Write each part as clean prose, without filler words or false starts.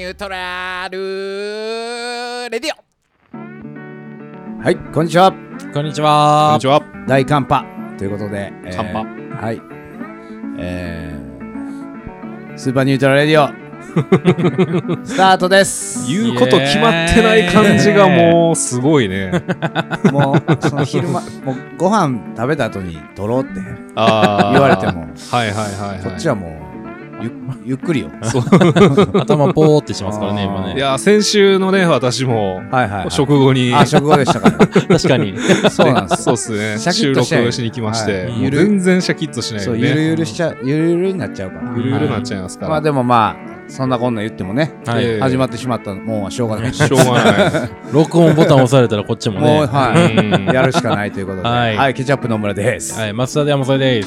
ュートラルレディオ。 はい、こんにちは。 こんにちは。 こんにちは。 大寒波ということで、 寒波。 はい、スーパーニュートラルレディオスタートです。 言うこと決まってない感じがもうすごいね。 もうその昼間もうご飯食べた後に撮ろうって言あわれても、 はいはいはい、はい、 こっちはもうゆっくりよ。 そう頭ポーってしますからね今ね。 いや先週のね私も、 はいはいはい、 食後に食後でしたから、ね、 確かにそうなんですそうっすね。 シャキ収ッとしちゃう録しに来まして、 はい、 もう全然シャキッとしないそうよね。 ゆるになっちゃうから、 ゆるゆるなっちゃいますから。 まあでもまあそんなこんな言ってもね、 はい、 始まってしまったもんはしょうがない。 しょうがない。 録音ボタン押されたらこっちもね。 もうはいやるしかないということで、 はい、 はい、ケチャップの村です。 はい、松田で山添です。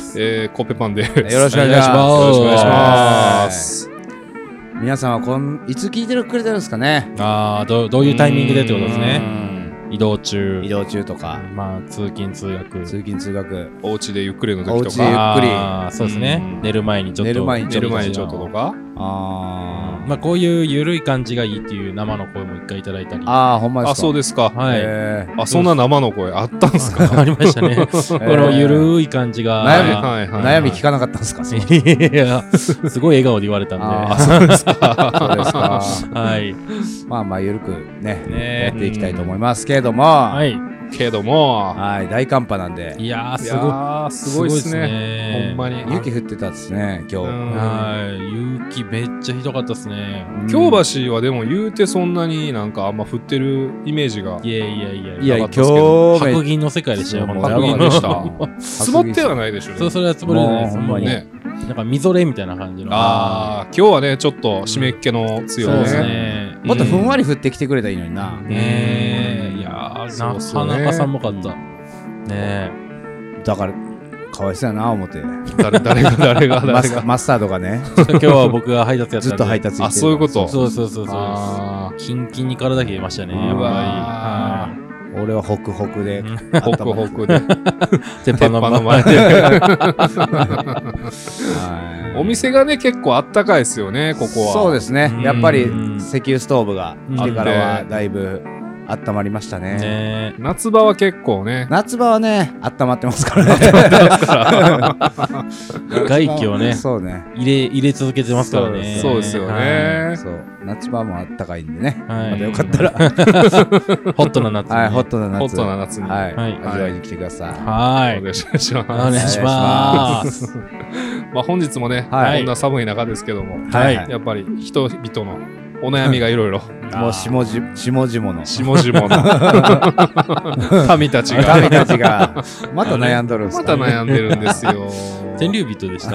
コッペパンです。 よろしくお願いします。 よろしくお願いします。 皆さんはいつ聞いてくれてるんですかね。 どういうタイミングでってことですね。移動中とか、まあ通勤通学、 お家でゆっくりの時とか、 お家でゆっくり、 そうですね。寝る前にちょっとちょっととか、 まあこういうゆるい感じがいいっていう生の声も一回いただいたり。 ほんまですか。そうですか。 はい。 そんな生の声あったんですか。 ありましたね。このゆるい感じが。 悩み聞かなかったんですか。 いや、すごい笑顔で言われたんで。 そうですか。 そうですか。 はい。 まあゆるくねやっていきたいと思いますけれども。 はい。 はい、大寒波なんで。 いやすごいですね。ほんまに雪降ってたですね今日。 はい、雪めっちゃひどかったですね。 京橋はでも言うてそんなになんかあんま降ってるイメージが。 いや今日白銀の世界でしたよ。 白銀でした。積もってはないでしょ。 それは積もれないです。ほんまにね。なんかみぞれみたいな感じの。 今日はねちょっね湿っ気の強いね。 もっとふんわり降ってきてくれたらいいのにな。 いやなかなか寒かったね。 だからかわいそうやな思って。 誰がマスタードがね。 今日は僕が配達やった。 ずっと配達行って。 そういうこと。 そう。キンキンに体冷えましたね。やっぱり。 俺はホクホクで。 鉄板の前で。 お店がね結構あったかいですよねここは。 そうですね。やっぱり石油ストーブが来てからはだいぶ温まりましたね。 夏場は結構ね。 夏場はね温まってますからね。 外気をね入れ続けてますからね。 そうですよね。 夏場もあったかいんでね。 またよかったらホットな夏に。 ホットな夏に味わいに来てください。 はい。 お願いします。 お願いします。 本日もねこんな寒い中ですけども、やっぱり人々のお悩みがいろいろ。 もう下々の民たちがまた悩んどるんですか。 また悩んでるんですよ。 天竜人でした。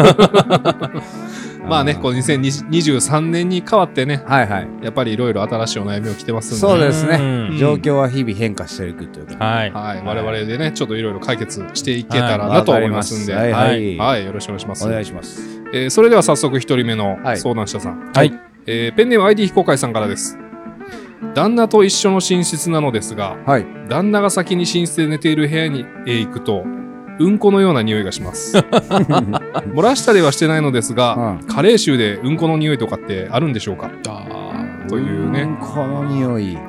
まあねこう2023年に変わってね、やっぱりいろいろ新しいお悩みを来てますんで。 そうですね。状況は日々変化していくというか。 我々でねちょっといろいろ解決していけたらなと思いますんで、はいよろしくお願いします。 お願いします。 それでは早速一人目の相談者さん。ペンネーム ID 非公開さんからです。旦那と一緒の寝室なのですが、旦那が先に寝室で寝ている部屋に行くとうんこのような匂いがします。漏らしたりはしてないのですが、加齢臭でうんこの匂いとかってあるんでしょうかというね。 うんこの匂い。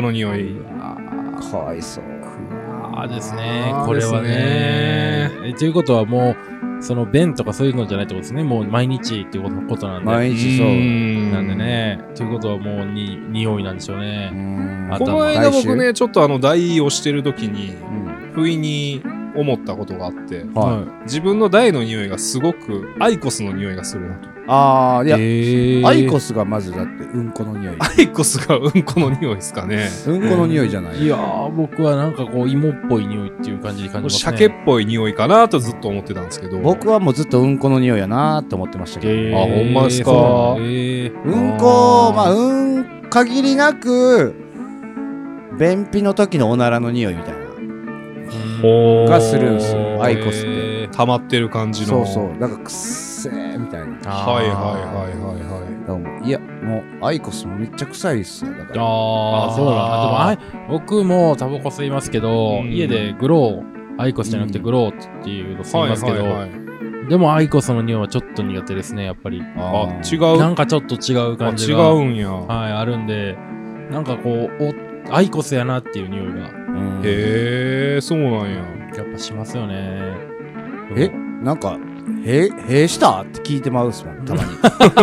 かわいそう。 ですね。これはね。ということはもうその便とかそういうのじゃないってことですね。もう毎日っていうことなんで。 毎日そうなんでね。ということはもう匂いなんでしょうね。 この間僕ねちょっと代をしてる時に不意に思ったことがあって、自分の台の匂いがすごくアイコスの匂いがするなと。 いやアイコスがまずだってうんこの匂い。 アイコスがうんこの匂いですかね。 うんこの匂いじゃない。 いや僕はなんかこう芋っぽい匂いっていう感じで感じますね。 鮭っぽい匂いかなとずっと思ってたんですけど。 僕はもうずっとうんこの匂いやなって思ってましたけど。 ほんまですか。 うんこ限りなく便秘の時のおならの匂いみたいながするんですよ。アイコスって溜まってる感じの。 そうなんかくっせーみたいな。いやもうアイコスめっちゃ臭いっすよ。だからそうなん。でも僕もタバコ吸いますけど、家でグローアイコスじゃなくてグローっていうの吸いますけど、 でもアイコスの匂いはちょっと苦手ですね、やっぱり。 あ、違う。 なんかちょっと違う感じが。 違うんや。 はい、あるんで、なんかこう、アイコスやなっていう匂いが。 へえ、そうなんや。 やっぱしますよね。 なんか、へしたって聞いてまうっすもん、たまに。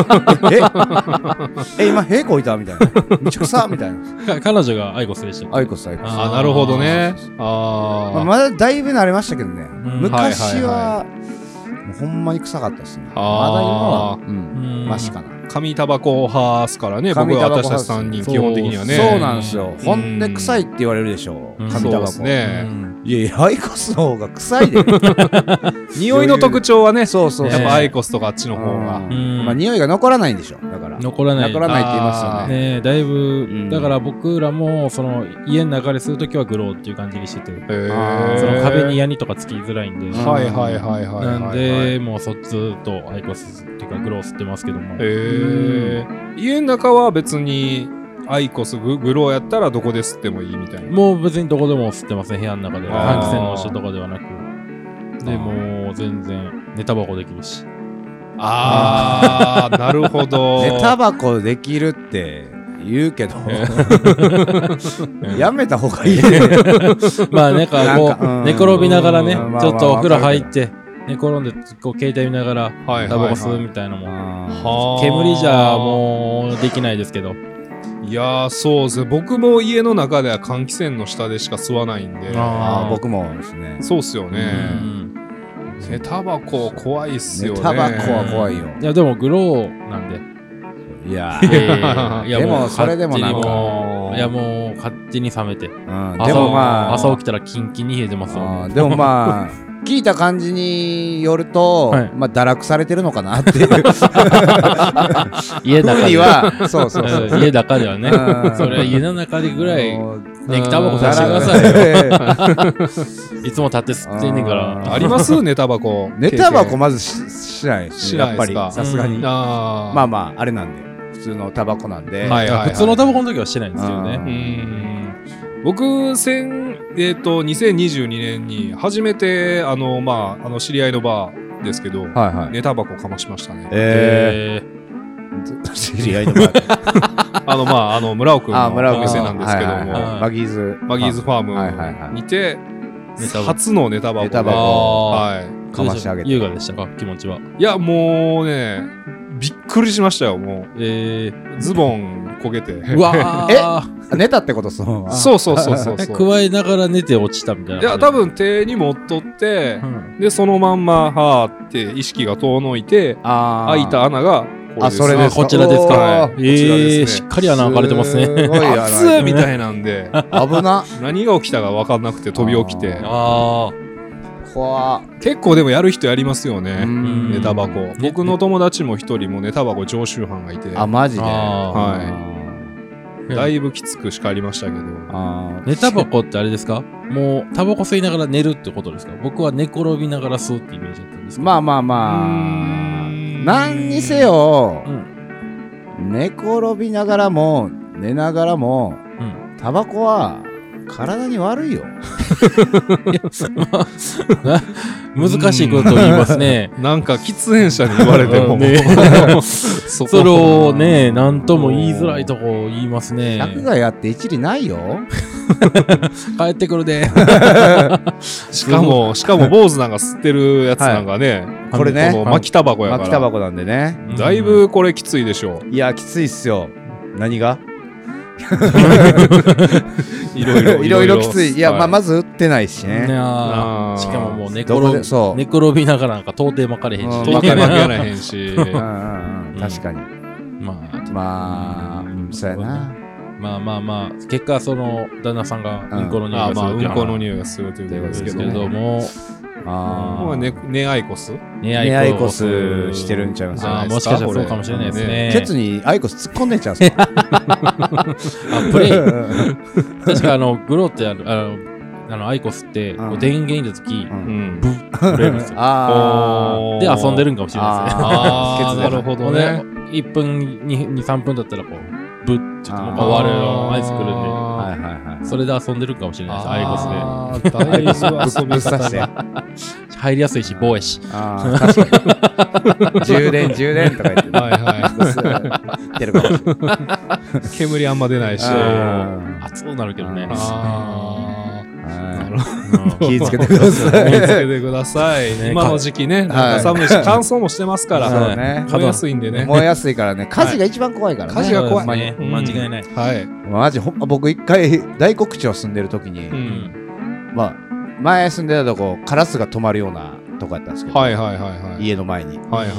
今、へこいたみたいな。めちゃくさみたいな。 彼女がアイコスでしたっけ？ アイコス。 あ、なるほどね。 まだだいぶ慣れましたけどね。昔は、もうほんまに臭かったっすね。まだ今は、マシかな。 紙タバコ派っすからね、僕は私たち3人基本的にはね。 そうなんですよ。ほんで臭いって言われるでしょ、紙タバコ。いやいや、アイコスの方が臭いで。 匂いの特徴はね、やっそうぱアイコスとかあっちの方が。 まあ匂いが残らないんでしょ、だから。 残らないって言いますよね。 だいぶ、だから僕らも、その、家の中でするときはグローっていう感じにしてて、その壁にヤニとかつきづらいんで。なんで、もうそっちとアイコスっていうかグロー吸ってますけども。 家の中は別に、アイコスグローやったらどこで吸ってもいいみたいな。 もう別にどこでも吸ってますね、部屋の中で。換気扇の下とかではなく。でもう全然、寝タバコできるし。 あー、なるほど。 寝タバコできるって言うけど、やめた方がいいね。 まあなんかこう、寝転びながらね、ちょっとお風呂入って、寝転んでこう携帯見ながらタバコ吸うみたいなもん。煙じゃもうできないですけど。 いやー、そうですね。僕も家の中では換気扇の下でしか吸わないんで。 僕もですね。 そうっすよね。寝タバコ怖いっすよね。 寝タバコは怖いよ。 いやでもグローなんで。 いやでもそれでもなんか。 いやもう勝手に冷めて。でもまあ朝起きたらキンキンに冷えてますよ。 でもまあ。聞いた感じによると、まあ堕落されてるのかなっていう家の中では、そう家の中ではね、それは家の中でぐらい寝タバコさせてくださいよ。いつも立って吸ってんねんから。 あります寝タバコ。 寝タバコまずしないですね、やっぱりさすがに。まあまああれなんで、普通のタバコなんで。 普通のタバコの時はしてないんですけどね。 僕2022年に初めて知り合いのバーですけど、寝タバコかましましたね。 知り合いのバー村尾くんのお店なんですけども、 マギーズファームにて初の寝タバコかましてあげて。 優雅でしたか、気持ちは。 いやもうね、びっくりしましたよ。もうズボン焦げて。 うわ寝たってこと？そう加えながら寝て落ちたみたいな。 いや多分手に持っとって、でそのまんまはーって意識が遠のいて、開いた穴がそれです。 こちらですか。しっかり穴開かれてますね。 熱いみたいなんで危な。 何が起きたか分かんなくて飛び起きて。結構でもやる人やりますよね、寝タバコ。僕の友達も一人も寝タバコ常習犯がいて。 マジで。 だいぶきつく叱りましたけど。 寝タバコってあれですか？もうタバコ吸いながら寝るってことですか？僕は寝転びながら吸うってイメージだったんですけど。 まあ何にせよ、寝転びながらも寝ながらも、タバコは体に悪いよ。 難しいことを言いますね。 なんか喫煙者に言われてもそれをね、なんとも言いづらいとこ言いますね。 100がやって一理ないよ。 帰ってくるで。 しかも坊主なんか吸ってるやつなんかね、 これね、 巻きタバコやから。 巻きタバコなんでね。 だいぶこれきついでしょ。 いやきついっすよ。何が？いろいろきつい。いやまず打ってないしね。 しかももう寝転びながらなんか到底巻かれへんし。 到底巻かれへんし。 確かに。まあそうやな。 まあ結果その旦那さんがうんこの匂いがする。 うんこの匂いがするということですけども。ネアイコスしてるんちゃいますか。 もしかしたらそうかもしれないですね。 ケツにアイコス突っ込んでんちゃうんすか。 プレイ確かグローってアイコスって電源入れた時ブッとれるんですよ。で遊んでるんかもしれないですね。 なるほどね。 1分2、3分だったらこうブッちょっともう終わるの合図来るんで、 はいはいはい。 それで遊んでるかもしれないです、アイコスで。だいぶ遊び方で。 入りやすいし、防衛し。 確かに。充電とか言って。はいはい。ってるかもしれない。 煙あんま出ないし。 熱くなるけどね。 気ぃつけてください。 気ぃつけてください。今の時期ね、なんか寒いし、乾燥もしてますから。 そうね。 燃えやすいんでね。 燃えやすいからね。火事が一番怖いからね。 火事が怖い。 間違いない。 はい。 マジ、僕一回、大黒町住んでる時に、まあ、前住んでたとこ、カラスが止まるようなとこやったんですけど、家の前に。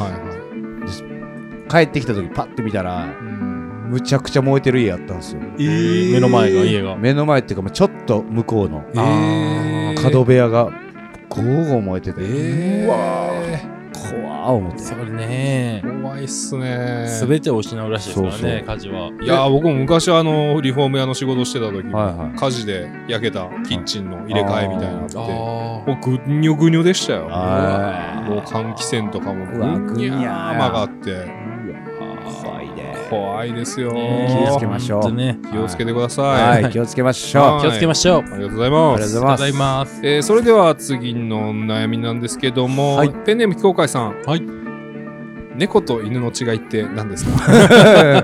帰ってきた時、パッて見たら、むちゃくちゃ燃えてる家やったんですよ。 目の前の家が。 目の前っていうか、ちょっと向こうの角部屋がゴーゴー燃えてて、うわー、怖ー思って。 それね、 怖いっすね。 すべてを失うらしいですからね、火事は。 いやー、僕も昔リフォーム屋の仕事してた時、火事で焼けたキッチンの入れ替えみたいなのあって、もうぐにょぐにょでしたよ。もう換気扇とかもぐにゃー曲がって。怖いですよ。 気をつけましょう。 気をつけてください。 はい、気をつけましょう。 気をつけましょう。 ありがとうございます。 ありがとうございます。 それでは次の悩みなんですけども、ペンネーム非公開さん。はい。猫と犬の違いって何ですか？ これ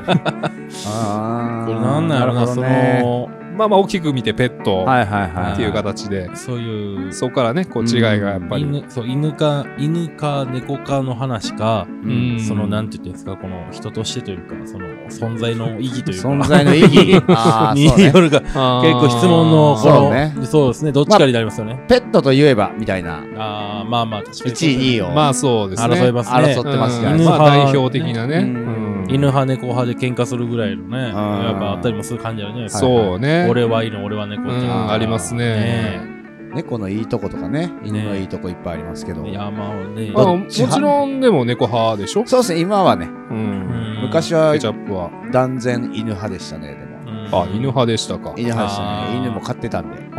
なんだろうな、そのまあ大きく見てペットっていう形で、 そういうそこからねこう違いがやっぱり犬か猫かの話か、そのなんて言ってんですか、この人としてというかその存在の意義というか存在の意義によるか、結構質問のそうですね、どっちかになりますよね。 ペットといえばみたいな、 まあ確かに 1位2位をまあそうですね、 争いますね、 争ってますね。 まあ代表的なね、 犬派猫派で喧嘩するぐらいのね、やっぱあったりもする感じあるね。 そうね、 俺は犬、俺は猫ってありますね。 猫のいいとことかね、犬のいいとこいっぱいありますけど、 いやまあね、 もちろんでも猫派でしょ。 そうですね、今はね、昔はケチャップは断然犬派でしたね。でも犬派でしたか。 犬派でしたね。犬も飼ってたんで。 いや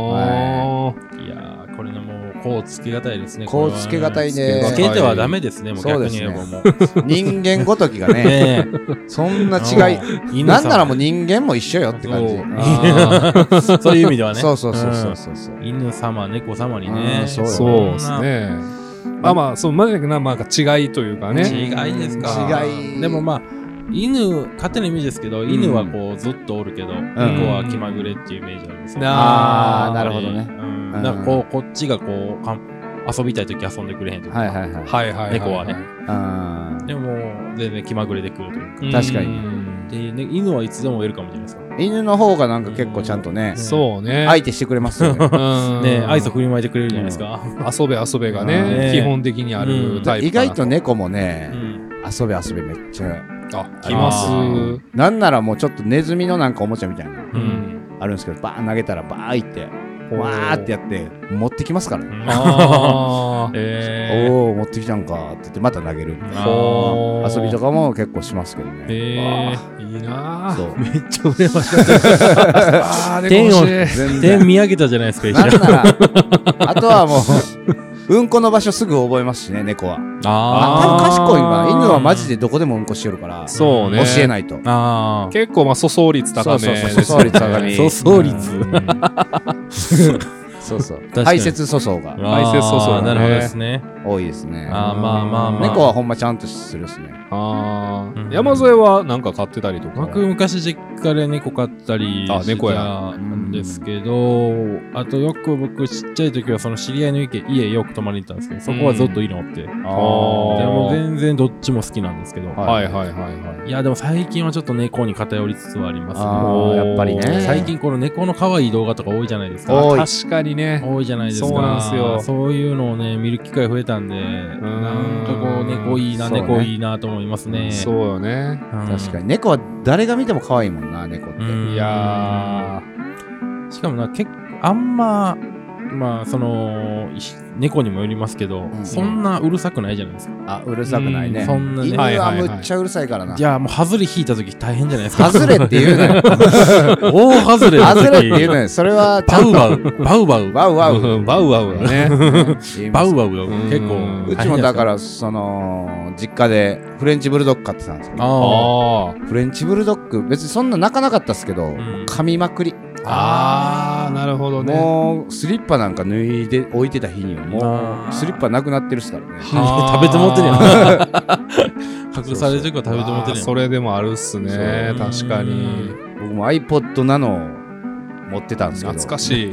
これね、もうこうつけがたいですね。 こうつけがたいね。 つけてはダメですね、もう逆に言えばもう。 人間ごときがね、そんな違い。なんならもう人間も一緒よって感じ。 そういう意味ではね。 そう。 犬様、猫様にね。 そうですね。まあ、そう、まだなんか違いというかね。 違いですか。 違い。 でもまあ、勝手なイメージですけど、犬はこうずっとおるけど、猫は気まぐれっていうイメージなんですよ。 なるほどね。 なんかこっちがこう遊びたいとき遊んでくれへんというか、猫はね。でも全然気まぐれでくるというか。確かに。 で犬はいつでもウェルカムじゃないですか。 犬の方がなんか結構ちゃんとね、 そうね、 相手してくれますよね。愛想振りまいてくれるじゃないですか。 遊べがね、基本的にあるタイプ。 意外と猫もね、遊べめっちゃ来ます。 なんならもうちょっとネズミのなんかおもちゃみたいなあるんですけど、バーン投げたらバーンいってわーってやって持ってきますからね。おー持ってきたんかって言ってまた投げる。遊びとかも結構しますけどね。 いいな。 めっちゃ羨ましい。点見上げたじゃないですか、一緒。 あとはもううんこの場所すぐ覚えますしね、猫は。多分賢いわ。犬はマジでどこでもうんこしよるから、 そうね、 教えないと。 結構粗相率高め。 粗相率高め。 粗相率。 そう排泄粗相が。 排泄粗相なるほどですね。 多いですね。 猫はほんまちゃんとするですね。 山添はなんか飼ってたりとか。 僕昔実家で猫飼ったりしたんですけど、あとよく僕ちっちゃい時はその知り合いの家よく泊まりに行ったんですけど、そこはずっと犬おって、でも全然どっちも好きなんですけど、いやでも最近はちょっと猫に偏りつつはありますね。 やっぱりね。 最近この猫の可愛い動画とか多いじゃないですか。 確かにね。 多いじゃないですか。 そうなんですよ。 そういうのをね見る機会増えたんで、なんかこう猫いいなと思いますね。 そうよね。 確かに猫は誰が見ても可愛いもんな、猫って。 いやー、しかも結構あんまその猫にもよりますけど、そんなうるさくないじゃないですか。 うるさくないね。 そんなね。 犬はむっちゃうるさいからな。 じゃあもうハズレ引いた時大変じゃないですか。 ハズレって言うなよ。 大ハズレ。 ハズレって言うなよ。それはバウバウだね。 バウバウが結構。 うちもだからその実家でフレンチブルドッグ飼ってたんですけど、フレンチブルドッグ別にそんな泣かなかったですけど、噛みまくり。 なるほどね。 もうスリッパなんか脱いで置いてた日にはもうスリッパなくなってるっすからね。 食べてもってるよ。隠されてるから食べてもってるよ。 それでもあるっすね。確かに。 僕も iPod Nano 持ってたんですけど。 懐かしい。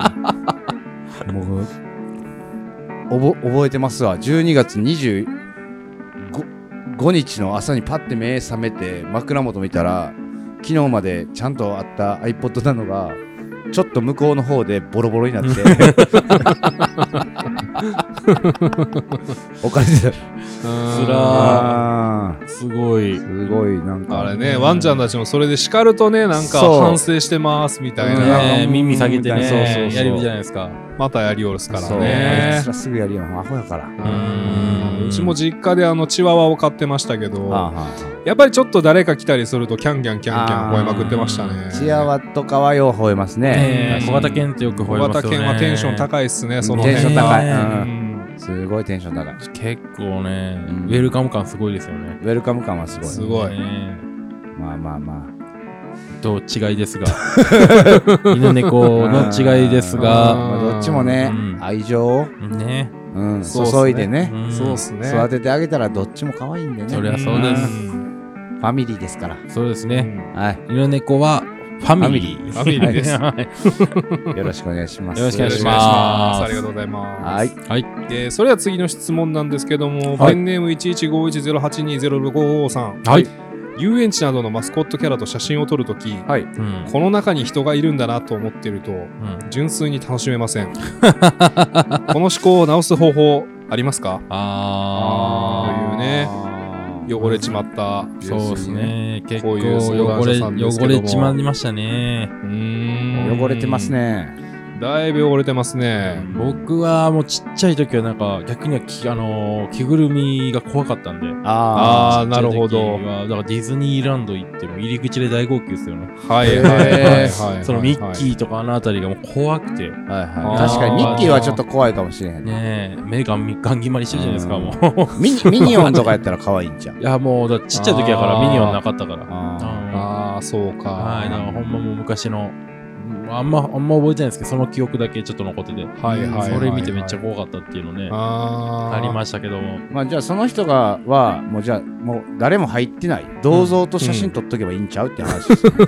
もう覚えてますわ。12月25日の朝にパッて目覚めて枕元見たら、昨日までちゃんとあった iPod Nano がちょっと向こうの方でボロボロになって置かれてた。 すごいなんかあれね、ワンちゃんたちもそれで叱るとね、なんか反省してますみたいな、 耳下げてね、やるじゃないですか。 またやりおるっすからね。 すぐやるよ、アホやから。 うちも実家でチワワを飼ってましたけど、やっぱりちょっと誰か来たりするとキャンキャンキャンキャン吠えまくってましたね。 チワワとかはよう吠えますね。 小型犬ってよく吠えますよね。 小型犬はテンション高いっすね。そのテンション高い。すごいテンション高い。 結構ね、ウェルカム感すごいですよね。 ウェルカム感はすごい。 すごい。 まあ。 と違いですが、犬猫の違いですが、 どっちもね、愛情をね、注いでね、 そうっすね。 育ててあげたらどっちも可愛いんでね。 そりゃそうです。ファミリーですから。 そうですね。 はい。 犬猫はファミリー。 ファミリーです。 よろしくお願いします。 よろしくお願いします。 ありがとうございます。 はい。 それでは次の質問なんですけども、ペンネーム1151082055さん。 はい。 遊園地などのマスコットキャラと写真を撮るとき、この中に人がいるんだなと思っていると、純粋に楽しめません。この思考を直す方法ありますか？というね、汚れちまった。 そうですね。結構汚れちまいましたね。 汚れてますね。 だいぶ汚れてますね。 僕はもうちっちゃい時はなんか逆には着ぐるみが怖かったんで。 なるほど。 だからディズニーランド行っても入り口で大号泣ですよね。そのミッキーとかあのあたりがもう怖くて。 確かにミッキーはちょっと怖いかもしれへんね。目がガン決まりしてるじゃないですか、もう。 ミニオンとかやったら可愛いんじゃん。 いやもうだちっちゃい時やからミニオンなかったから。 そうか。 はい、だからほんまもう昔の。あんま覚えてないんですけど、その記憶だけちょっと残ってて、それ見てめっちゃ怖かったっていうのね、ありましたけども。 まあじゃあその人がはもうじゃあもう誰も入ってない銅像と写真撮っとけばいいんちゃうって話ですよね。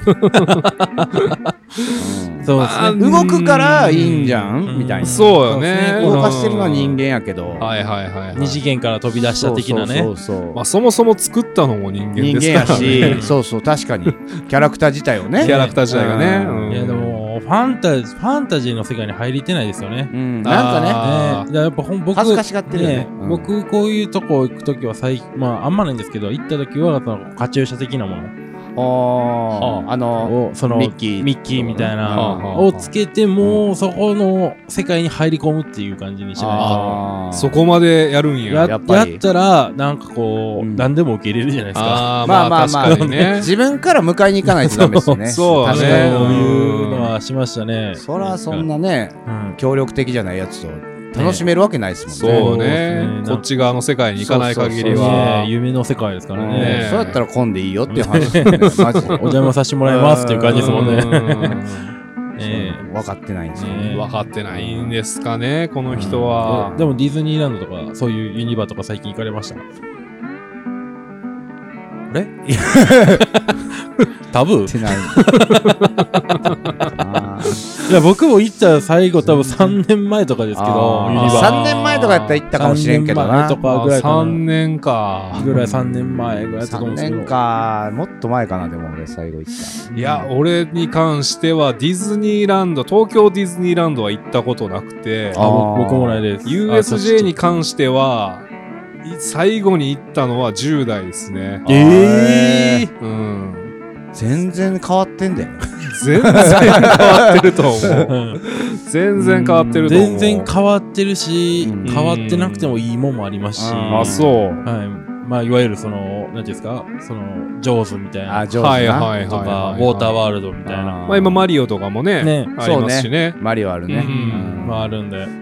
そうですね。 動くからいいんじゃんみたいな。 そうよね。 動かしてるのは人間やけど。 二次元から飛び出した的なね。 まあそもそも作ったのも人間ですからね。 人間やし、そう確かにキャラクター自体をね。 キャラクター自体がね。 いやでもファンタジーの世界に入りてないですよね。 なんかね。 やっぱ僕恥ずかしがってるよね。 僕こういうとこ行くときはまああんまないんですけど、行ったときはカチューシャ的なもの。そのミッキーみたいなをつけてもそこの世界に入り込むっていう感じにしないと。 そこまでやるんや。 やったらなんかこう何でも受け入れるじゃないですか。 まあ確かにね。自分から迎えに行かないとダメですね。 そうね。 そういうのはしましたね。 そらそんなね協力的じゃないやつと楽しめるわけないですもんね。 そうね。こっち側の世界に行かない限りは夢の世界ですからね。 そうやったら混んでいいよっていう話ですね。マジでお邪魔させてもらいますっていう感じですもんね。 分かってないんですよ。 分かってないんですかね、この人は。 でもディズニーランドとかそういうユニバとか最近行かれました？あれ？タブー？ってない。いや僕も行った最後多分3年前とかですけど、 ユニバ3年前とかやったら行ったかもしれんけどな。 3年かぐらい3年前ぐらいだったと思うんですけど。 3年かもっと前かな。でも俺最後行った。 いや俺に関してはディズニーランド、東京ディズニーランドは行ったことなくて、 僕もないです。 USJ に関しては最後に行ったのは10代ですね。 全然変わってんだよね。 全然変わってると思う。全然変わってると思う。 全然変わってるし、変わってなくてもいいもんもありますし。 そう。 はい。まあいわゆるその何ですか、そのジョーズみたいな、 ジョーズとかウォーターワールドみたいな。 まあ今マリオとかもねありますしね。 マリオあるね。 まああるんで。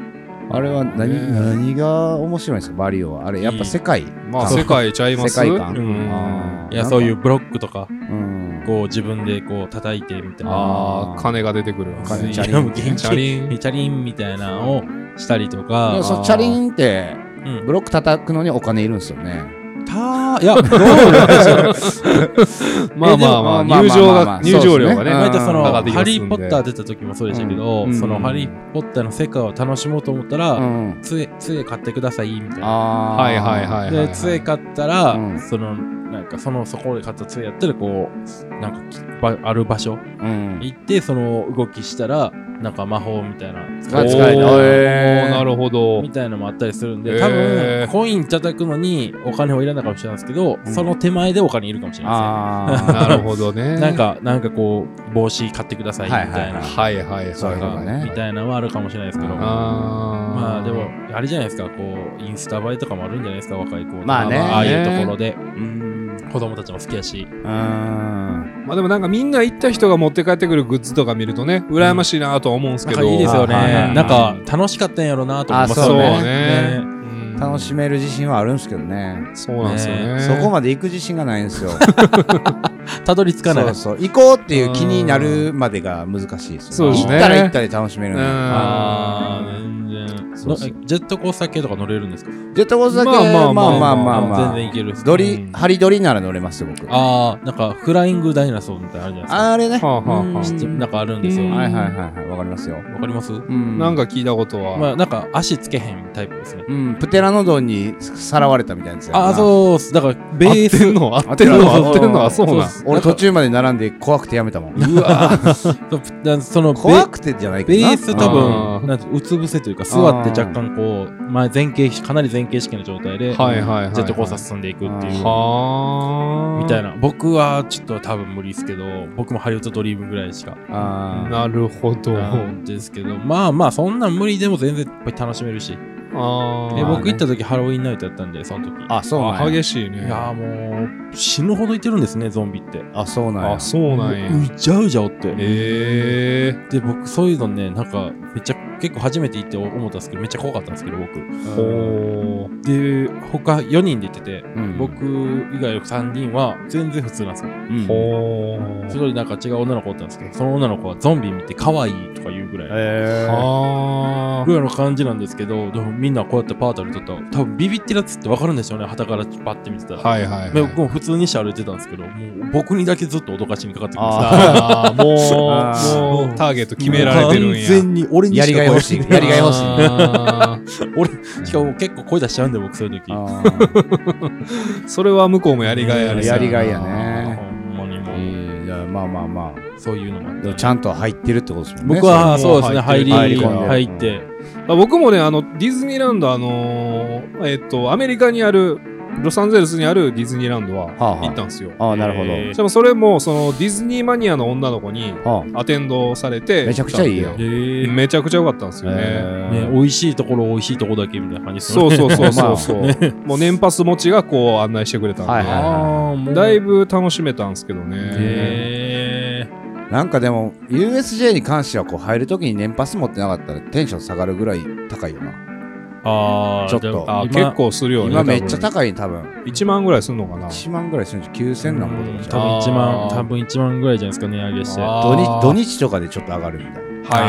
あれは何が面白いんですか、バリオは。あれやっぱ世界、 まあ世界ちゃいます。 世界観。 いや、そういうブロックとかこう自分でこう叩いてみたいな、 金が出てくる、 チャリンみたいなのをしたりとか。 そう、チャリンってブロック叩くのにお金いるんですよね。 いや、どうなんでしょう。 まあ入場料がね。 割とそのハリー・ポッター出た時もそうでしたけど、そのハリー・ポッターの世界を楽しもうと思ったら、杖買ってくださいみたいな。 はいはいはい。 で、杖買ったら、なんかそこで買った杖やったらこうなんかある場所行ってその動きしたらなんか魔法みたいな使える。 なるほど。 みたいなのもあったりするんで、多分コイン叩くのにお金はいらないかもしれないですけど、その手前でお金いるかもしれないですね。 なるほどね。 なんかこう帽子買ってくださいみたいな、 はいはいそういうのねみたいなのはあるかもしれないですけど、まあでもあれじゃないですか、こうインスタ映えとかもあるんじゃないですか、若い子。 まあね、 ああいうところで。子供たちも好きやし。 まあでもなんかみんな行った人が持って帰ってくるグッズとか見るとね、羨ましいなとは思うんですけど。 いいですよね。なんか楽しかったんやろうなと思いますよね。 楽しめる自信はあるんですけどね。 そうなんですよね。 そこまで行く自信がないんですよ。 たどり着かない。 そう行こうっていう気になるまでが難しいです。 そうですね。 行ったら行ったで楽しめる。 全然。ジェットコースター系とか乗れるんですか？ ジェットコースター系まあ全然行ける。 ハリドリなら乗れますよ、僕。 なんかフライングダイナソーみたいなのあるじゃないですか。 あれね。 なんかあるんですよ。 はいわかりますよ。 わかります？ なんか聞いたことは。 まあなんか足つけへんタイプですね。 プテラノドンにさらわれたみたいなやつや。そうっす。だからベース合ってるのはそうなん。 俺途中まで並んで怖くてやめたもん。 うわ。その怖くてじゃないけどベース多分うつ伏せというか座って若干こうかなり前傾式の状態でジェットコースター進んでいくっていうみたいな。僕はちょっと多分無理ですけど、僕もハリウッドドリームぐらいしか。 なるほど。 ですけど、まあそんなん無理でも全然やっぱり楽しめるし。僕行った時ハロウィンナイトやったんで、その時。 そうなんや。 激しいね。 いやもう死ぬほどいてるんですね、ゾンビって。 そうなんや。 そうなんや。 うじゃうじゃおって。 で僕そういうのね、なんかめっちゃ結構初めて行って思ったんですけど、めっちゃ怖かったんですけど、僕。で他4人で行ってて、僕以外の3人は全然普通なんですよ。すごいなんか違う女の子だったんですけど、その女の子はゾンビ見て可愛いとか言うぐらいぐらいの感じなんですけど、でもみんなこうやってパートル撮ったら多分ビビってるやつって分かるんですよね、旗からパッて見てたら。僕も普通にして歩いてたんですけど、もう僕にだけずっと脅かしにかかってくるんですよ。 もうターゲット決められてるんや。 完全に俺にしかやりがい欲しい。 俺しかも結構声出しちゃうんで、僕そういう時。 それは向こうもやりがいある。 やりがいやね。 ほんまにもう。まあそういうのもあって、 ちゃんと入ってるってことですもんね。 僕はそうですね、入って。 僕もね、ディズニーランドアメリカにあるロサンゼルスにあるディズニーランドは行ったんですよ。 なるほど。 でもそれもそのディズニーマニアの女の子にアテンドされて、 めちゃくちゃいいよ。 めちゃくちゃ良かったんですよね。 美味しいところ美味しいとこだけみたいな感じですね。そうもう年パス持ちがこう案内してくれたんで、だいぶ楽しめたんですけどね。 なんかでも USJ に関してはこう入るときに年パス持ってなかったらテンション下がるぐらい高いよな。 ちょっと結構するよね。 今めっちゃ高い、多分 1万ぐらいするのかな。 1万ぐらいするんじゃ9000なんぼとか。 多分1万ぐらいじゃないですか、値上げして。 土日とかでちょっと上がるみたいな。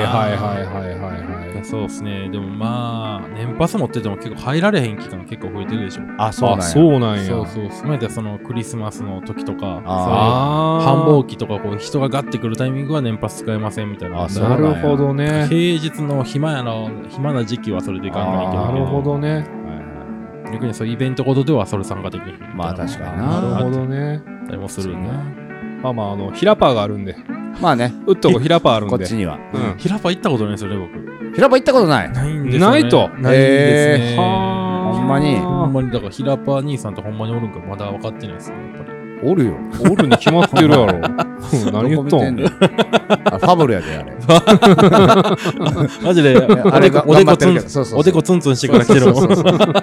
そうですね。でもまあ年パス持ってても結構入られへん期間結構増えてるでしょ。 そうなんや。 そうそのクリスマスの時とか繁忙期とかこう人がガッてくるタイミングは年パス使えませんみたいな。 なるほどね。 平日の暇な時期はそれでいかんないけど。 なるほどね。 逆にそういうイベントごとではそれ参加できる。 まあ確かになるほどね。 誰もするね。 まあヒラパーがあるんで。 まあね。 うっとこヒラパーあるんで。 こっちには。 ヒラパー行ったことないですよね、僕。 ヒラパー行ったことない。 ないんですね。 ないと。 ないですね。 ほんまに。 だからヒラパー兄さんとほんまにおるんかまだ分かってないですね、やっぱり。 おるよ。 おるに決まってるやろ。何言っとんファブルやで、あれ。 マジで、 あれがおでこツンツンしてから来てるもん。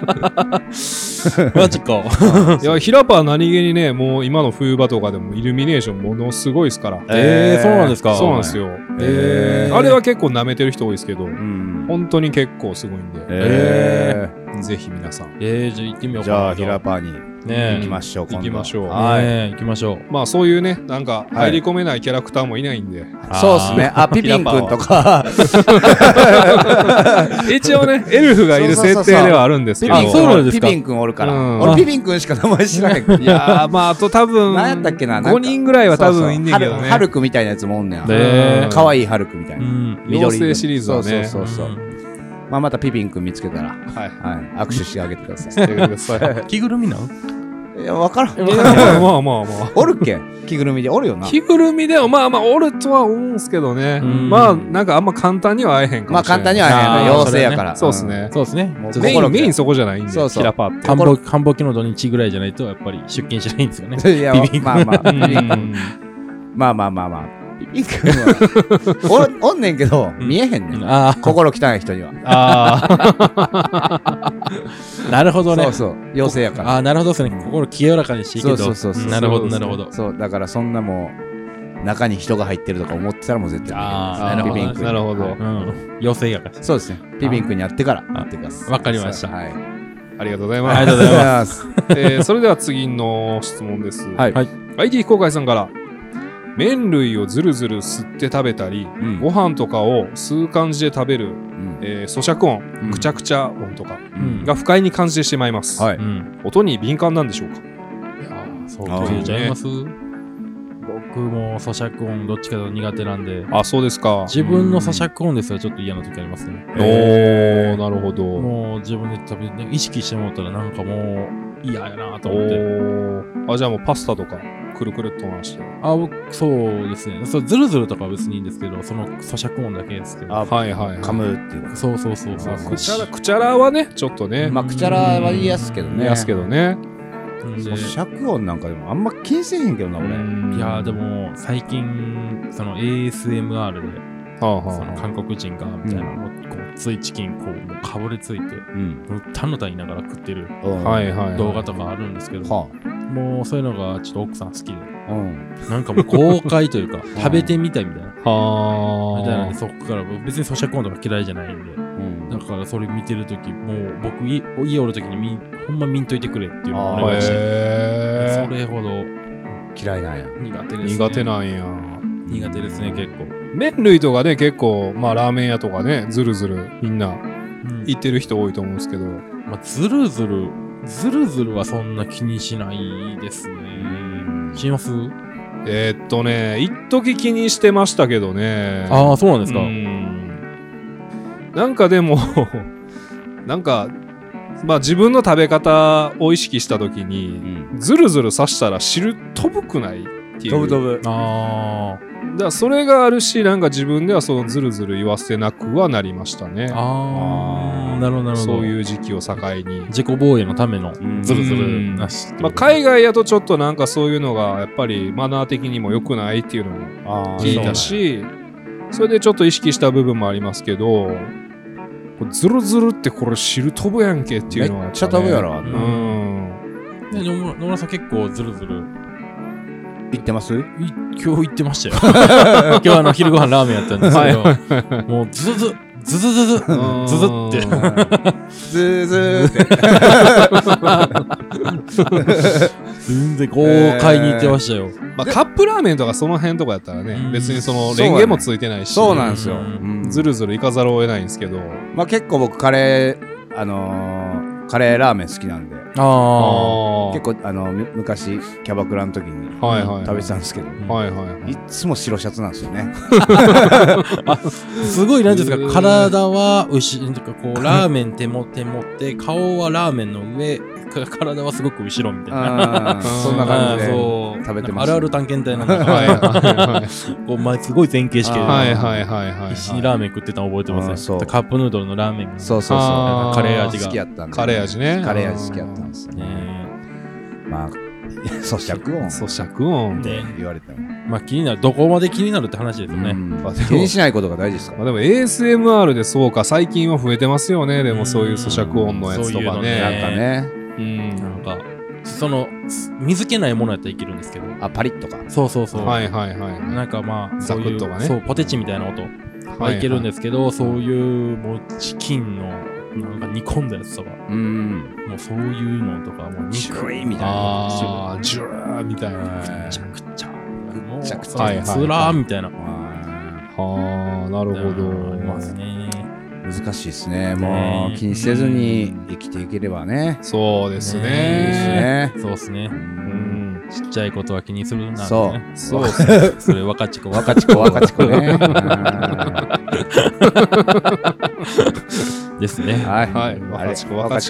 マジか。 いや、ヒラパー何気にね、もう今の冬場とかでもイルミネーションものすごいですから。 そうなんですか。 そうなんですよ。あれは結構舐めてる人多いですけど、本当に結構すごいんで。ぜひ皆さん。 じゃあ行ってみようかな。 じゃあ、ヒラパーに行きましょう。 行きましょう。 行きましょう。 まあそういうね、なんか入り込めないキャラクターもいないんで。 そうですね。ピピン君とか。 一応ね、エルフがいる設定ではあるんですけど。 ピピン君おるから。俺ピピン君しか名前知らない。 いやまああと多分、 何やったっけな。 5人ぐらいは多分いんねんけどね。 ハルクみたいなやつもおんねん。かわいいハルクみたいな。 妖精シリーズはね。 そう。まあまたピピン君見つけたら、握手してあげてください。 着ぐるみなん？ いや、わからん。 まあ。 おるっけ？着ぐるみでおるよな。 着ぐるみではまあおるとは思うんすけどね。まあなんかあんま簡単には会えへんかもしれない。 まあ簡単には会えへんな。妖精やから。 そうですね。 そうですね。 メインそこじゃないんで。キラパーって。 繁忙期の土日ぐらいじゃないとやっぱり出勤しないんですよね。 いや、まあ。ピピン君はおんねんけど見えへんねん。心汚い人には。 なるほどね。 そう妖精やから。 なるほどですね。心清らかにしていけど。そうなるほど。 そうだからそんなもう中に人が入ってるとか思ってたらもう絶対ピピン君。なるほど。 妖精やから。 そうですね。ピピン君に会ってから会ってください。 わかりました。 ありがとうございます。 ありがとうございます。 それでは次の質問です。 はい。 IT 非公開さんから。麺類をずるずる吸って食べたり、ご飯とかを吸う感じで食べる、咀嚼音、くちゃくちゃ音とかが不快に感じてしまいます。音に敏感なんでしょうか？ いやそう言っちゃいます。僕も咀嚼音どっちかと苦手なんで。 そうですか。 自分の咀嚼音ですらちょっと嫌な時ありますね。 なるほど。 もう自分で食べて意識してもらったらなんかもう嫌やなと思って。 じゃあもうパスタとかくるくるっと回して。 そうですね。ズルズルとかは別にいいんですけど、その咀嚼音だけですけど。 噛むっていうか。 そう。 くちゃらはね、ちょっとね。 まあくちゃらは言いやすけどね。 咀嚼音なんかでもあんま気にせえへんけどな、俺。 いやでも最近その ASMR でその韓国人がみたいなこうついチキンこうもうかぶりついてたのた言いながら食ってる動画とかあるんですけど、もうそういうのがちょっと奥さん好きで、なんかもう豪快というか食べてみたいみたいなみたいなんで、そこから別に咀嚼音とか嫌いじゃないんで、だからそれ見てるときもう僕家おるときにほんま見んといてくれっていうのをお願いして、それほど嫌いなんや。 苦手ですね。 苦手なんや。 苦手ですね、結構。 麺類とかね、結構まあラーメン屋とかね、ずるずるみんな行ってる人多いと思うんですけど、 ずるずるはそんな気にしないですね。します？ 一時気にしてましたけどね。 そうなんですか。 なんかでもなんかまあ自分の食べ方を意識したときに、ずるずる刺したら汁飛ぶくないっていう。 飛ぶ。 だからそれがあるし、なんか自分ではそのずるずる言わせなくはなりましたね。 なるほど。 そういう時期を境に。 自己防衛のためのずるずるなし。 まあ海外やとちょっとなんかそういうのがやっぱりマナー的にも良くないっていうのも聞いたし、それでちょっと意識した部分もありますけど、ズルズルってこれ汁飛ぶやんけっていうのは、 めっちゃ飛ぶやろ。 野村さん結構ズルズル行ってます？ 今日行ってましたよ。今日昼ご飯ラーメンやったんですけど、もうズズって全然豪快に行ってましたよ。 まあカップラーメンとかその辺とかやったらね、別にそのレンゲもついてないし、 そうなんですよ。 ずるずるいかざるを得ないんですけど、 まあ結構僕カレーラーメン好きなんで、結構昔キャバクラの時に食べてたんですけど、いつも白シャツなんですよね。 すごいなんですか、体は牛とかこうラーメン手持って顔はラーメンの上、体はすごく後ろみたいな、 そんな感じで食べてます。 あるある探検隊なんかこうすごい前傾式で必死にラーメン食ってたの覚えてますね。カップヌードルのラーメンがそうカレー味が好きやったんで、 カレー味ね。 カレー味好きやったんですね。まあ咀嚼音って言われても。 まあ気になる、どこまで気になるって話ですよね。 気にしないことが大事ですか。 でも ASMR でそうか、最近は増えてますよね。でもそういう咀嚼音のやつとかね。 なんかね。 なんか、水気ないものやったらいけるんですけど。 パリッとか。 そう。 はい。 なんかまあ、 ザクッとかね。 そう、ポテチみたいな音はいけるんですけど、そういうもうチキンの、なんか煮込んだやつとか。もうそういうのとか、もうジュリーみたいな。ジュラーみたいな。 めちゃくちゃ。 めちゃくちゃ。つらーみたいな。 はあ、なるほど。 ありますね。 難しいですね。もう気にせずに生きていければね。 そうですね。 そうですね。ちっちゃいことは気にするなんてね。 そう。 それ若ちこね。 ですね。 はい。若ちこ。 はい。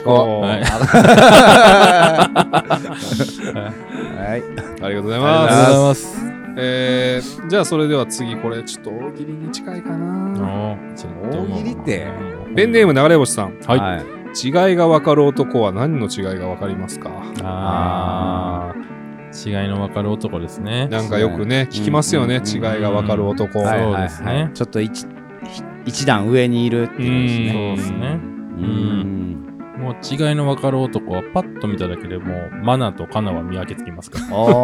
ありがとうございます。じゃあそれでは次、これちょっと大喜利に近いかな。 大喜利ってペンネーム流れ星さん。 はい。 違いが分かる男は何の違いが分かりますか？ 違いの分かる男ですね。 なんかよくね、聞きますよね。違いが分かる男。 そうですね。 ちょっと一段上にいるっていうそうですね。もう違いの分かる男はパッと見ただけでもうマナとカナは見分けつきますから。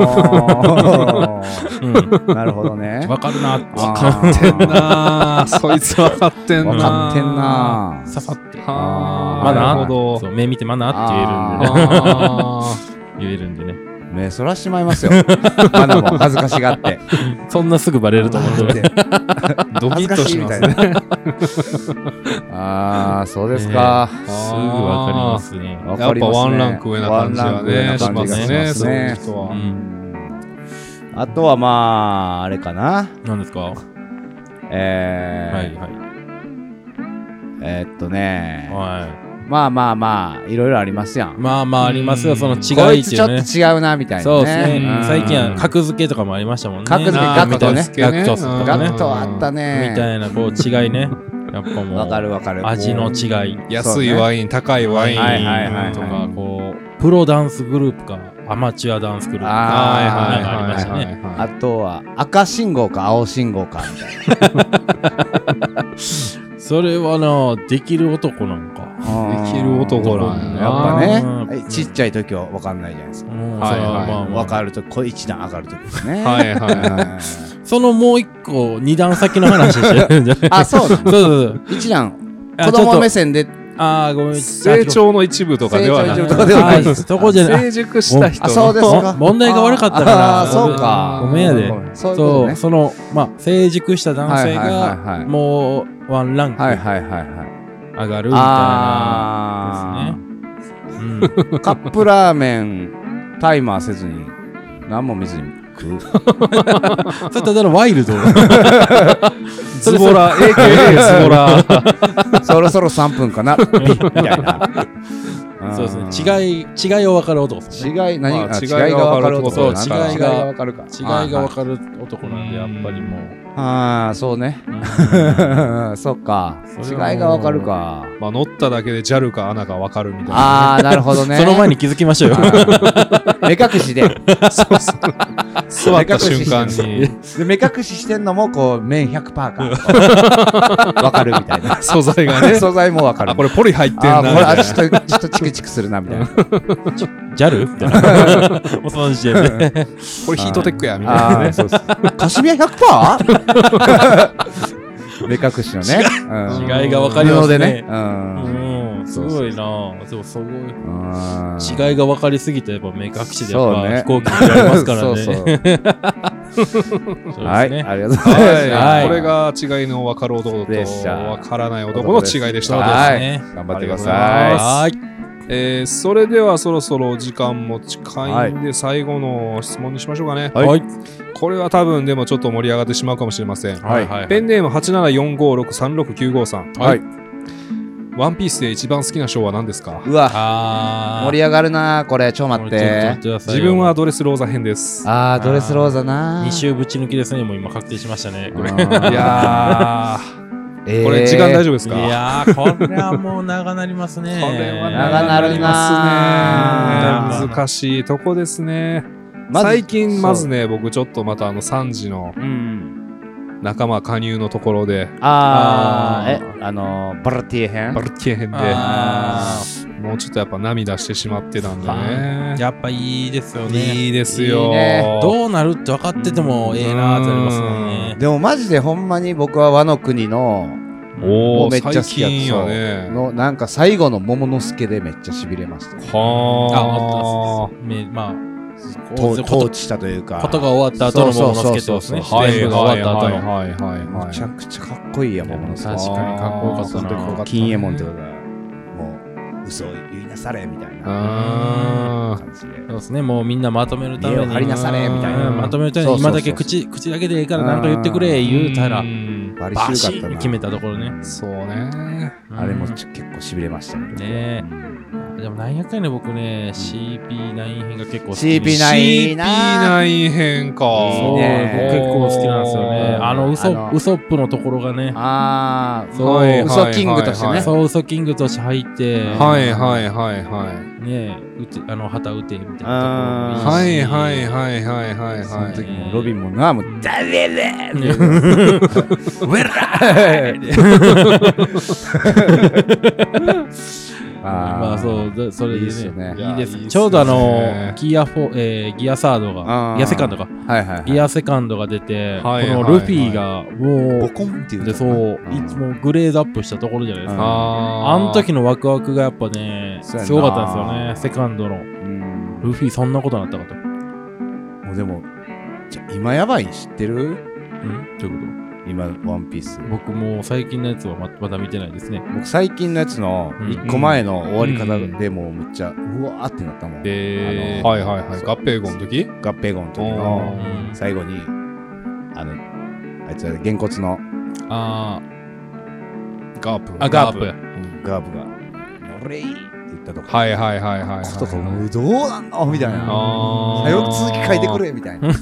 なるほどね。 分かるな。 分かってんな。そいつ分かってんな。 刺さって。 マナ。 そう、目見てマナって言えるんでね。 目そらしまいますよ。マナも恥ずかしがって。 そんなすぐバレると思って。 ドキッとしますね。 そうですか。 すぐわかりますね。 やっぱワンランク上な感じはね、しますね、そういう人は。 あとはまあ、あれかな。 何ですか？はい。 まあ、いろいろありますやん。 まあありますよ、その違いっていうね。 こいつちょっと違うな、みたいなね。 そうですね。最近は格付けとかもありましたもんね。 格付け、ガクトね。 ガクトあったね。 みたいな、こう違いね。やっぱもう、 わかる。 味の違い。 安いワイン、高いワインとか、こう、プロダンスグループか、アマチュアダンスグループか。ありましたね。 あとは、赤信号か青信号か、みたいな。 それはな、できる男なんか。 できる男なんや。やっぱね、ちっちゃい時は分かんないじゃないですか。分かると、これ一段上がる時ですね。 そのもう一個、二段先の話してるんじゃない？ そうだ。そう。一段、子供目線で。 ごめん。 成長の一部とかではない。 そこじゃない。 成熟した人。 そうですか。 問題が悪かったから。 そうか。 ごめんやで。そう、成熟した男性が、もう、ワンランク上がるみたいなですね。 カップラーメンタイマーせずに何も見ずに食う。それただのワイルド。 ズボラ AKA ズボラ。 そろそろ3分かなみたいな。 そうですね。違いを分かる男ですね。 違いが分かる男。 違いが分かる男なんで、やっぱりもう。 そうね。そっか。違いが分かるか。 乗っただけで JAL かANAか分かるみたいな。 なるほどね。 その前に気づきましょうよ。 目隠しで。 座った瞬間に。 目隠ししてんのも、こう、麺 100% か。分かるみたいな。 素材がね。 素材も分かる。 これポリ入ってんな。 これちょっとチクチクするな、みたいな。 JAL? みたいな。もうその時点で。 これヒートテックや、みたいなね。 カシミヤ 100%? 目隠しのね。 違いが分かりますね。すごいな。でもすごい。違いが分かりすぎて、やっぱ目隠しでやっぱ飛行機になりますからね。 はい、ありがとうございます。 これが違いの分かる男と分からない男の違いでした。 頑張ってください。 それではそろそろ時間も近いんで最後の質問にしましょうかね。これは多分でもちょっと盛り上がってしまうかもしれません。ペンネーム8745636953さん。ワンピースで一番好きなショーは何ですか？ うわ、盛り上がるなこれ。ちょ待って。 自分はドレスローザ編です。 ドレスローザな。 2週ぶち抜きですね。もう今確定しましたね。これ。 いやこれ時間大丈夫ですか？ いやー、これはもう長なりますね。 これは長なりますね。難しいとこですね。最近まずね、僕ちょっとまた3時の仲間加入のところで、 バルティエ編でもうちょっとやっぱ涙してしまってたんでね。 やっぱいいですよね。 いいですよ。 どうなるって分かっててもええなーってなりますもんね。 でもマジでほんまに僕は和の国のもうめっちゃ好きやったね。 なんか最後の桃之助でめっちゃしびれました。 はあ、まあ統治したというか、 ことが終わった後の桃之助ですね。全部が終わった後の。めちゃくちゃかっこいいや桃之助。 確かにかっこよかったな。 金右衛門ってことがもう嘘を言いなされみたいな感じで。 そうですね。もうみんなまとめるために張りなされみたいな。 まとめるために今だけ口だけでいいからなんか言ってくれ言うたらバシッ決めたところね。 そうね。 あれも結構しびれましたね。 でもなんやかんや僕ね CP9 編が結構好き。 CP9 編か。 そう、結構好きなんですよね。ウソップのところがね。 そう、ウソキングとしてね。 そう、ウソキングとして入って。ね旗打てみたいなところもいいし。 その時もロビンもな、もうダレレウェラまあそうそれでねいいです。 ね。 ちょうどギアサードがギアセカンドかギアセカンドが出てこのルフィがもうボコンっていうでそういつもグレードアップしたところじゃないですか。あの時のワクワクがやっぱねすごかったんですよね。セカンドのルフィそんなことになったかと。 もうでも今やばい知ってる？ どういうこと？ 今ワンピース僕もう最近のやつはまだ見てないですね。 僕最近のやつの1個前の終わり方でもうめっちゃうわーってなったもん。 合併号の時の最後にあいつはげんこつのガープが「俺い!」って言ったとかことかどうなんのみたいな早く続き書いてくれみたいな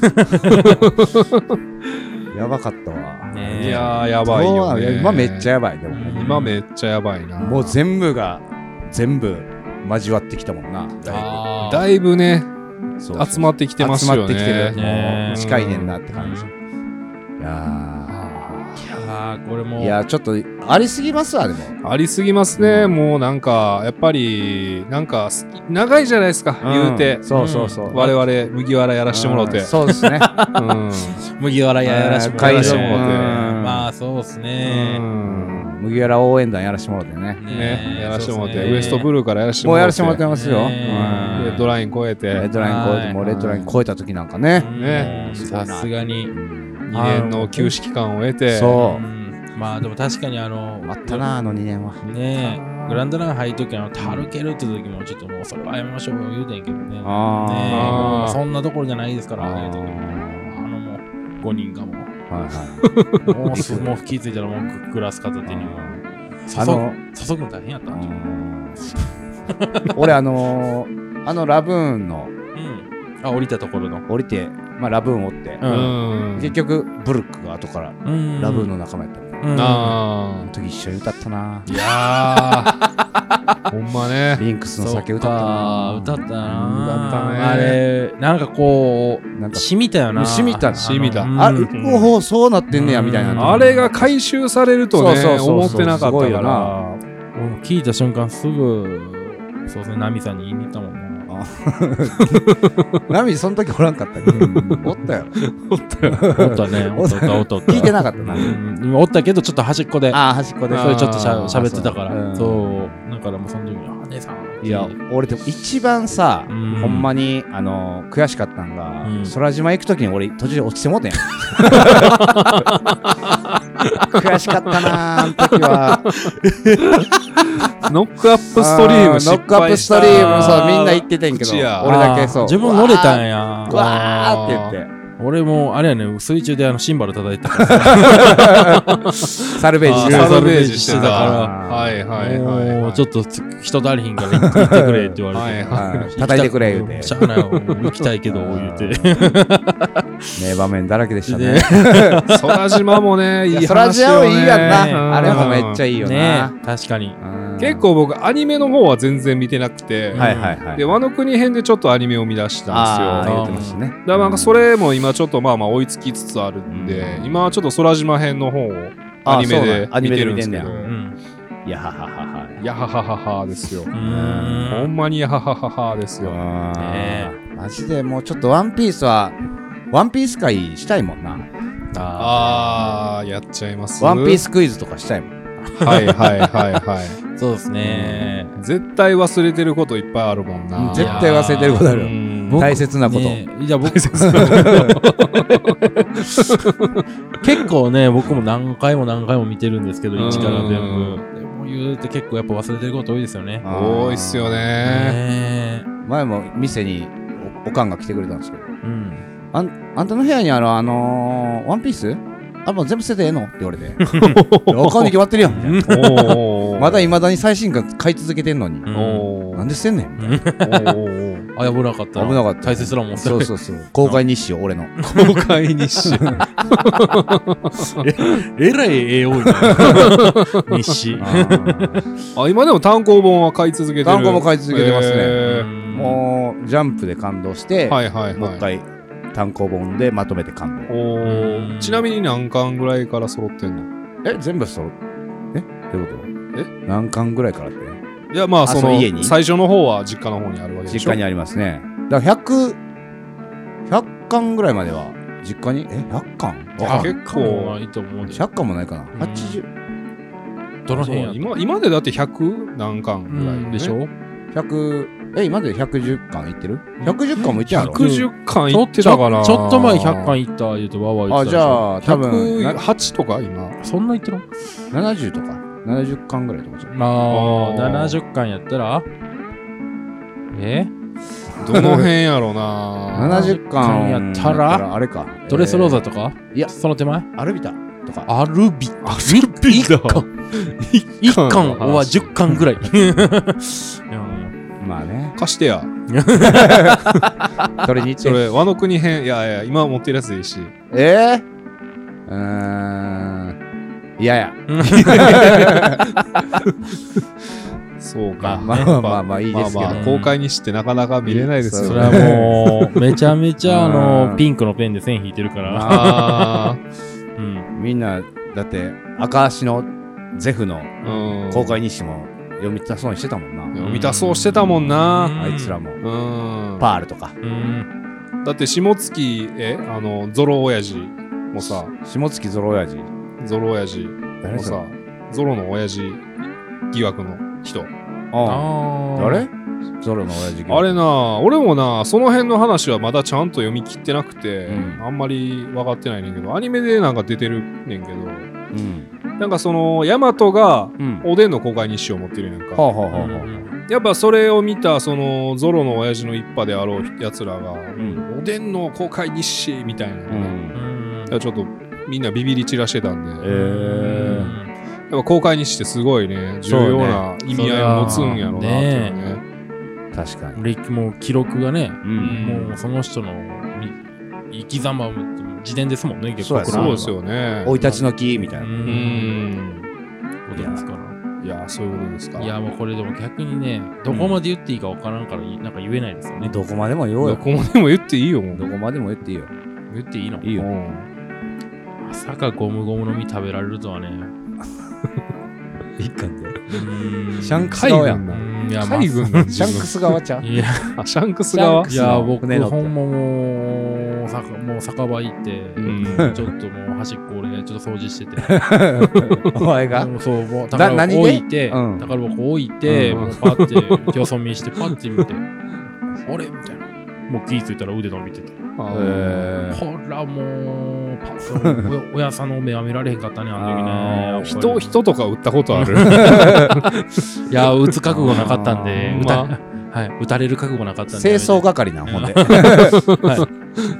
やばかったわ。 いやーやばいよね。 今めっちゃやばい。でも今めっちゃやばいな。 もう全部交わってきたもんな。 だいぶね集まってきてますよね。 集まってきてる。もう近いねんなって感じ。いやこれもいやちょっとありすぎますわ。でもありすぎますね。もうなんかやっぱりなんか長いじゃないですか言うて。 そう我々麦わらやらしてもらって。 そうですね。 麦わらやらしてもらって。まあそうですね。 麦わら応援団やらしてもらってね。 やらしてもらってウエストブルーからやらしてもらって。 もうやらしてもらってますよ。 レッドライン越えて。 もうレッドライン越えた時なんかね。 さすがに。 2年の休止期間を得て。 まあでも確かにあったな2年は。 ねグランドラン入るときタルケルって時もちょっともうそれはやめましょうよ言うてんけどね。そんなところじゃないですから。もう5人がもう。もう気づいたらもうグラス片手に。誘うの大変やった俺ラブーンの降りたところの降りてラブーンを追って結局ブルックが後からラブーンの仲間やったあの時一緒に歌ったな。 いやーほんまねリンクスの酒歌ったな。 歌ったなあれなんかこう染みたよな。 染みたそうなってんねやみたいな。 あれが回収されるとね思ってなかったから聞いた瞬間すぐそうですねナミさんに言いに行ったもんな。 ナミその時おらんかったけどおったよ。 おったね。おった聞いてなかったな。 おったけどちょっと端っこで端っこでそれちょっと喋ってたからそうだからもうその時に姉さんいや俺でも一番さほんまに悔しかったんが空島行く時に俺途中で落ちてもうてん悔しかったなあの時は。 ノックアップストリーム失敗した。 そうみんな言ってたんけど俺だけそう自分乗れたんや。 わーって言って俺もあれやね、水中でシンバル叩いてたからサルベージしてたからはいはいはい、 ちょっと人足りひんから行ってくれって言われて叩いてくれ言うてしゃあないよ行きたいけど言うて名場面だらけでしたね。 空島もねいい話よね。空島もいいやんな。あれもめっちゃいいよな。 確かに結構僕アニメの方は全然見てなくて、でワノ国編でちょっとアニメを見出したんですよ。 言ってましたね。 だからなんかそれも今ちょっとまあ追いつきつつあるんで、今はちょっと空島編の方をアニメで見てるんですけど、 やははははやははははですよ。ほんまにやははははですよ。 マジでもうちょっとワンピースはワンピース会したいもんな。 やっちゃいます。 ワンピースクイズとかしたいもん。 はいはいはいはい。 そうですね。 絶対忘れてることいっぱいあるもんな。 絶対忘れてることある。大切なこと。 じゃあ僕結構ね、僕も何回も見てるんですけど、一から全部。でも言うて結構やっぱ忘れてること多いですよね。 多いっすよね。 前も店におかんが来てくれたんですけど、あんたの部屋にワンピースもう全部捨ててええのって言われておかんに決まってるやんみたいなまだ未だに最新刊買い続けてんのになんで捨てんねんみたいな危なかった。大切なもん。 そう公開日誌よ俺の公開日誌えらい多いな日誌今でも単行本は買い続けてる。 単行本買い続けてますね。もうジャンプで感動してもう一回単行本でまとめて感動。 ちなみに何巻ぐらいから揃ってんの？ 全部揃ってどういうこと？何巻ぐらいからって？ いやまあその最初の方は実家の方にあるわけでしょ。 実家にありますね。だから100巻ぐらいまでは実家に100巻？ 結構いいと思う。 100巻もないかな。80。 どの辺や？ 今でだって100何巻ぐらいでしょ ？100今で110巻いってる ?110 巻もいってんやろ ?110 巻いってたかな。 ちょっと前100巻いった言うとわわ言ってた。 じゃあ多分 108とか今そんないってるの ?70 とか70巻ぐらいとかじゃん。 70巻やったらどの辺やろな。 70巻やったらあれかドレスローザとかいやその手前アルビタとかアルビタ1巻は10巻ぐらいまあね貸してやそれにそれワノ国編いや今持ってるやつでいいしいやそうかまあいいですけど公開にしてなかなか見れないですよね。 それはもうめちゃめちゃピンクのペンで線引いてるからみんなだって赤足のゼフの公開日誌も読みたそうにしてたもんな。 読みたそうしてたもんな。 あいつらもパールとかだって下月ゾロ親父もさ下月ゾロ親父もさゾロの親父疑惑の人誰ゾロの親父あれな俺もなその辺の話はまだちゃんと読み切ってなくてあんまり分かってないねんけどアニメでなんか出てるねんけどなんかそのヤマトがおでんの公開日誌を持ってるやんか。やっぱそれを見たそのゾロの親父の一派であろうやつらがおでんの公開日誌みたいなねちょっとみんなビビり散らしてたんでやっぱ公開日誌ってすごいね重要な意味合いを持つんやろうなっていうね。 確かにもう記録がねもうその人の生き様自伝ですもんね。結構そうですよね。 生い立ちの木みたいなことですから。 いやそういうことですか。 いやもうこれでも逆にねどこまで言っていいか分からんからなんか言えないですよね。 どこまでも言おうよ。 どこまでも言っていいよ。 どこまでも言っていいよ。 言っていいの？ いいよ。 まさかゴムゴムの実食べられるとはね。 一貫でシャンクス側やんな。 海軍のシャンクス側ちゃう。 いやシャンクス側。 いや僕ほんまもう酒場行ってちょっともう端っこ俺ちょっと掃除しててお前がそうもう宝箱置いてもうパッてよそ見してパッて見てあれみたいなもう気ぃついたら腕伸びててほらもうパッと親さんの目は見られへんかったねあの時ね。 人とか撃ったことあるいや撃つ覚悟なかったんで撃たれる覚悟なかったんで清掃係なほんで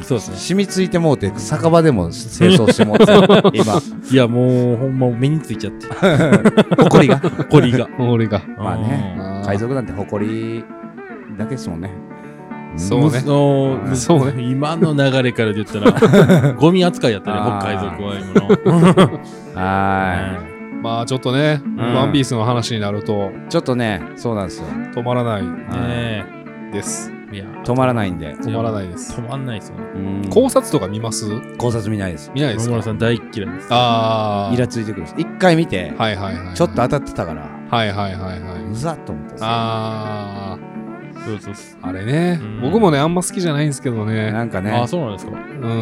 そうですね。 染みついてもうて、酒場でも清掃してもうて、今。 いや、もう、ほんま目についちゃって。 埃が。 埃が。 まあね、海賊なんて埃だけですもんね。 そうね。 そうね。今の流れからで言ったら、ゴミ扱いやったね、海賊は今の。 まあちょっとね、ワンピースの話になると、 ちょっとね、そうなんですよ。 止まらないです。 止まらないんで。 止まらないです。 止まんないですよね。 考察とか見ます？ 考察見ないです。 見ないですか？ 野村さん大嫌いです。 イラついてくるんです。一回見て、ちょっと当たってたから、うざっと思ったんですよ。 そうあれね、僕もね、あんま好きじゃないんですけどね。 なんかね。 あ、そうなんですか。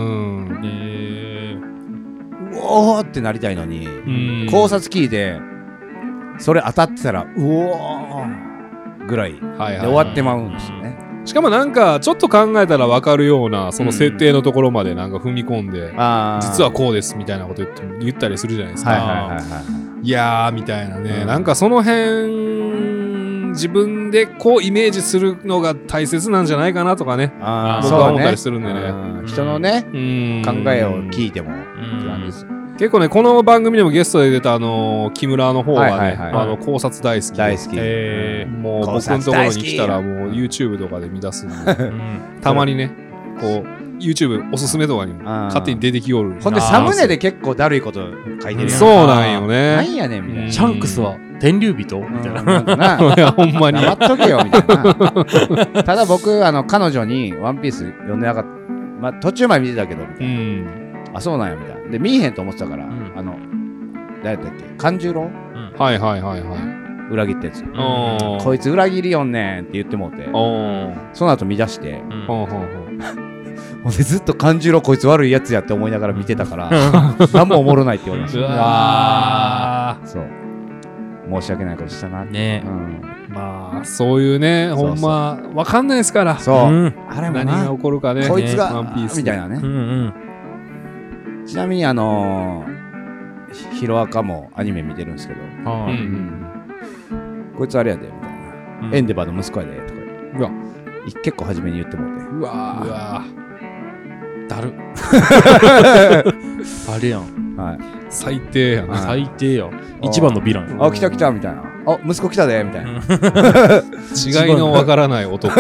うおーってなりたいのに、考察聞いて、それ当たってたら、うおーぐらいで終わってまうんですよね。 しかもなんか、ちょっと考えたら分かるような、その設定のところまでなんか踏み込んで、実はこうですみたいなこと言ったりするじゃないですか。いやーみたいなね、なんかその辺、自分でこうイメージするのが大切なんじゃないかなとかね、僕は思ったりするんでね。 人のね、考えを聞いても結構ね、この番組でもゲストで出た木村の方はね、考察大好き。もう僕のところに来たらもう YouTube とかで見出すんで、たまにね、こう、YouTube おすすめとかにも勝手に出てきおる。 ほんでサムネで結構だるいこと書いてるやん。 そうなんよね。 なんやねんみたいな。 シャンクスは天竜人みたいな。 いや、ほんまに。 黙っとけよみたいな。ただ僕、彼女にワンピース読んでなかった。まあ、途中まで見てたけど、みたいな。あ、そうなんや、みたいな。で、見えへんと思ってたから、誰だっけ勘十郎裏切ったやつ。こいつ裏切りよんねんって言ってもうて。その後見出して。ほんでずっと勘十郎こいつ悪いやつやって思いながら見てたから、何もおもろないって言われました。そう。申し訳ないことしたなって。 ね。 まあ、そういうね、ほんま、わかんないですから。 そう。あれも何が起こるかね。 こいつが、みたいなね。ちなみにヒロアカもアニメ見てるんですけど、こいつあれやで、みたいな。エンデバーの息子やで、とか。うわ。結構初めに言ってもうて。 うわだる。あれやん。 はい。 最低やん。 最低やん。一番のヴィラン。 あ、来た来たみたいな。あ、息子来たでみたいな。 違いのわからない男。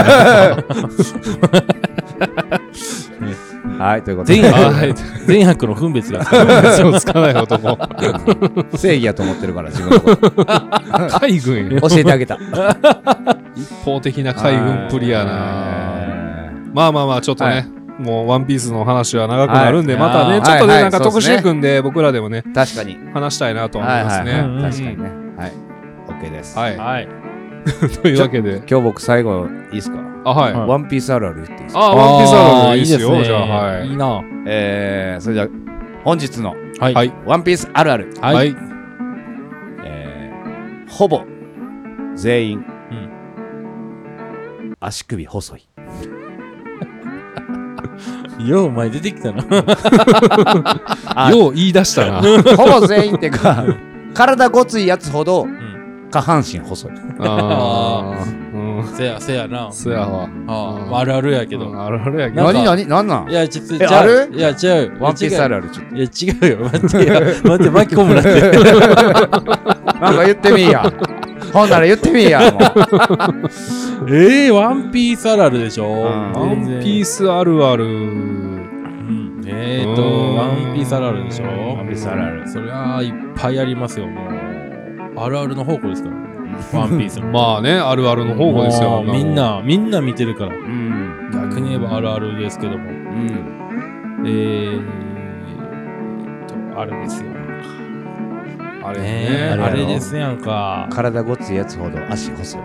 はい、ということで。 善悪の分別がつかない男。 正義やと思ってるから、自分のこと。 海軍教えてあげた。 一方的な海軍プリやな。まあ、ちょっとね。もうワンピースの話は長くなるんで、またね、ちょっとね、なんか特集組んで僕らでもね、 確かに話したいなと思いますね。 確かにね。はい。OK です。 はい。というわけで。 今日僕最後いいですか？ はい。 ワンピースあるある言っていいですか？ ワンピースあるあるいいですよ。じゃあ、はい。 いいな。 それじゃあ、本日のワンピースあるある。 はい。 ほぼ全員、足首細い。 よう前出てきたな。 よう言い出したな。 ほぼ全員ってか、体ごついやつほど下半身細い。 せやな。 せやわ。 あるあるやけど。 あるあるやけど。 何なんいや、ちょっと、 ある？ いや、違う。 ワンピースあるあるちょっと。 いや、違うよ。待って、巻き込むなって。 なんか言ってみいや。ほんなら言ってみいや。もうワンピースあるあるでしょ。 ワンピースあるある。 ワンピースあるあるでしょ。 ワンピースあるある。 そりゃいっぱいありますよ。もうあるあるの宝庫ですから。ワンピース。 まあね、あるあるの宝庫ですよ。 みんな見てるから。逆に言えばあるあるですけども。あれですよ。 あれね。 あれですやんか。 体ごついやつほど足細い。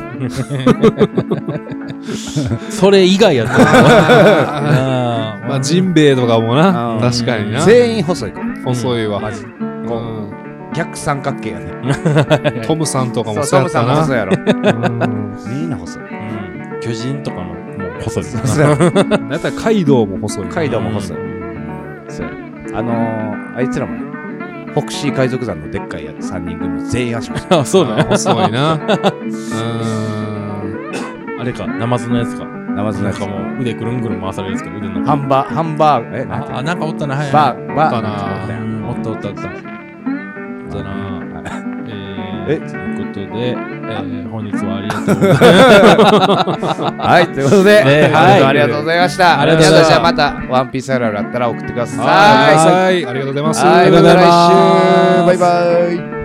それ以外やったら。 まあジンベエとかもな。確かにな。 全員細いから。 細いわ。 マジ。逆三角形やね。 トムさんとかもそうやったな。 トムさんも細いやろ。みんな細い。 巨人とかも細い。 だったらカイドウも細い。 カイドウも細い。あいつらもね、フォクシー海賊団のでっかいやつ3人組全員足細い。 そうだね。 細いな。 あれか、ナマズのやつか。 ナマズのやつ。 なんかもう腕ぐるんぐるん回されるんですけど、腕の。 ハンバーグ、 あ、なんかおったな、はい。 バー、 おったな。おったな。ということで、本日はありがとうございます。 はい、ということで、ありがとうございました。皆さん、じゃあまた、ワンピースあるあるあったら送ってください。 はい、ありがとうございます。 はい、また来週。バイバイ。